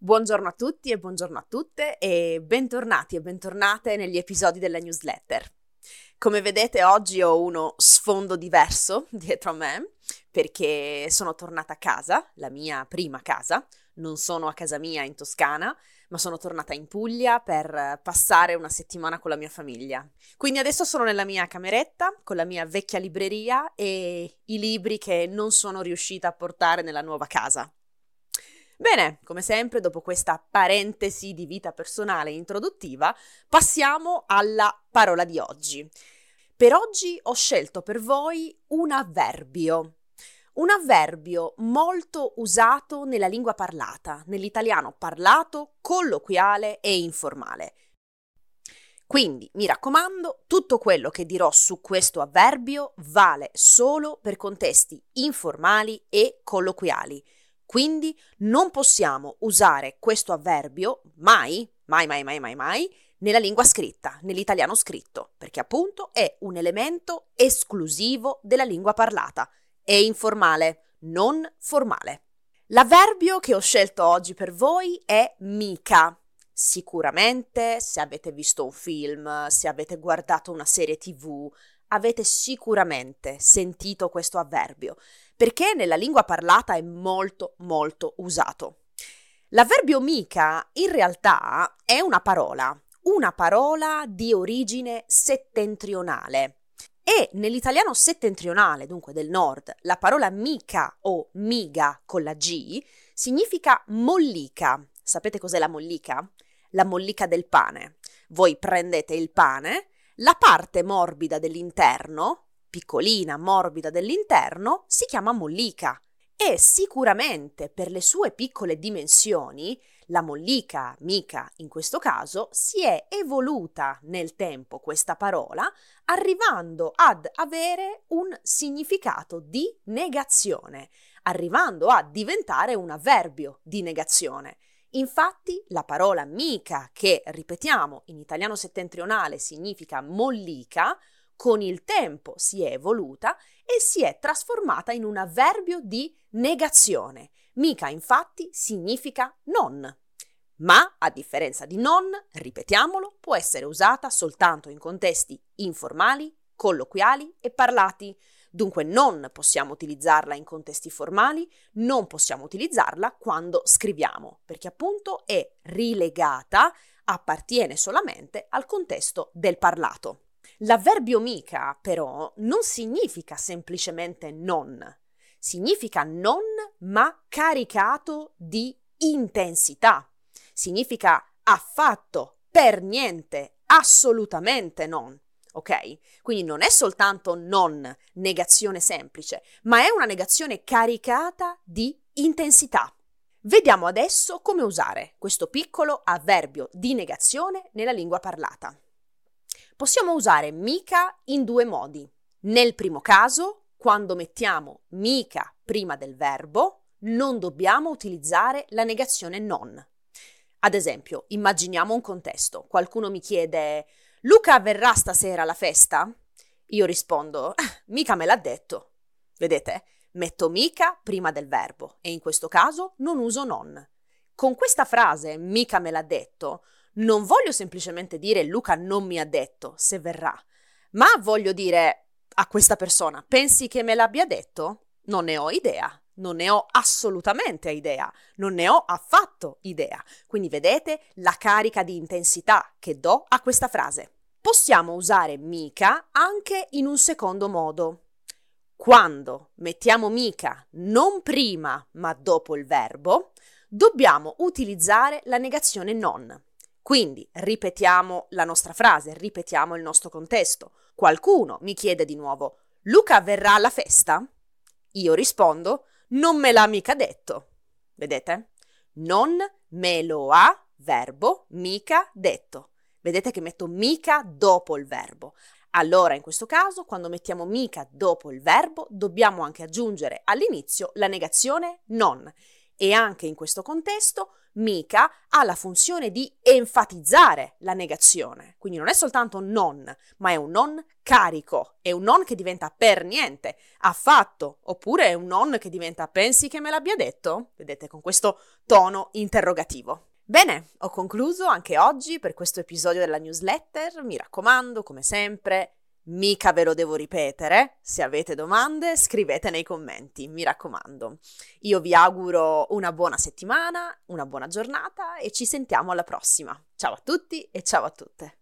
Buongiorno a tutti e buongiorno a tutte e bentornati e bentornate negli episodi della newsletter. Come vedete oggi ho uno sfondo diverso dietro a me perché sono tornata a casa, la mia prima casa, non sono a casa mia in Toscana, ma sono tornata in Puglia per passare una settimana con la mia famiglia. Quindi adesso sono nella mia cameretta con la mia vecchia libreria e i libri che non sono riuscita a portare nella nuova casa. Bene, come sempre, dopo questa parentesi di vita personale introduttiva, passiamo alla parola di oggi. Per oggi ho scelto per voi un avverbio molto usato nella lingua parlata, nell'italiano parlato, colloquiale e informale. Quindi, mi raccomando, tutto quello che dirò su questo avverbio vale solo per contesti informali e colloquiali. Quindi non possiamo usare questo avverbio mai nella lingua scritta, nell'italiano scritto, perché appunto è un elemento esclusivo della lingua parlata. È informale, non formale. L'avverbio che ho scelto oggi per voi è mica. Sicuramente, se avete visto un film, se avete guardato una serie TV, avete sicuramente sentito questo avverbio, perché nella lingua parlata è molto usato. L'avverbio mica in realtà è una parola di origine settentrionale. E nell'italiano settentrionale, dunque del nord, la parola mica o miga con la G significa mollica. Sapete cos'è la mollica? La mollica del pane. Voi prendete il pane, la parte morbida dell'interno, piccolina, morbida dell'interno, si chiama mollica. E sicuramente per le sue piccole dimensioni, la mollica, mica in questo caso, si è evoluta nel tempo questa parola, arrivando ad avere un significato di negazione, arrivando a diventare un avverbio di negazione. Infatti la parola mica, che ripetiamo in italiano settentrionale significa mollica, con il tempo si è evoluta e si è trasformata in un avverbio di negazione. Mica infatti significa non. Ma a differenza di non, ripetiamolo, può essere usata soltanto in contesti informali, colloquiali e parlati. Dunque non possiamo utilizzarla in contesti formali, non possiamo utilizzarla quando scriviamo, perché appunto è rilegata, appartiene solamente al contesto del parlato. L'avverbio mica, però, non significa semplicemente non. Significa non, ma caricato di intensità. Significa affatto, per niente, assolutamente non. Ok? Quindi non è soltanto non, negazione semplice, ma è una negazione caricata di intensità. Vediamo adesso come usare questo piccolo avverbio di negazione nella lingua parlata. Possiamo usare mica in due modi. Nel primo caso, quando mettiamo mica prima del verbo, non dobbiamo utilizzare la negazione non. Ad esempio, immaginiamo un contesto. Qualcuno mi chiede: Luca verrà stasera alla festa? Io rispondo: mica me l'ha detto. Vedete? Metto mica prima del verbo e in questo caso non uso non. Con questa frase, mica me l'ha detto, non voglio semplicemente dire Luca non mi ha detto se verrà, ma voglio dire a questa persona: pensi che me l'abbia detto? Non ne ho idea. Non ne ho assolutamente idea, non ne ho affatto idea. Quindi vedete la carica di intensità che do a questa frase. Possiamo usare mica anche in un secondo modo. Quando mettiamo mica non prima ma dopo il verbo, dobbiamo utilizzare la negazione non. Quindi ripetiamo la nostra frase, ripetiamo il nostro contesto. Qualcuno mi chiede di nuovo: Luca verrà alla festa? Io rispondo: non me l'ha mica detto. Vedete? Non me lo ha, verbo, mica detto. Vedete che metto mica dopo il verbo. Allora, in questo caso, quando mettiamo mica dopo il verbo, dobbiamo anche aggiungere all'inizio la negazione non. E anche in questo contesto mica ha la funzione di enfatizzare la negazione. Quindi non è soltanto non, ma è un non carico, è un non che diventa per niente, affatto, oppure è un non che diventa pensi che me l'abbia detto? Vedete, con questo tono interrogativo. Bene, ho concluso anche oggi per questo episodio della newsletter. Mi raccomando, come sempre, mica ve lo devo ripetere. Se avete domande, scrivete nei commenti, mi raccomando. Io vi auguro una buona settimana, una buona giornata e ci sentiamo alla prossima. Ciao a tutti e ciao a tutte.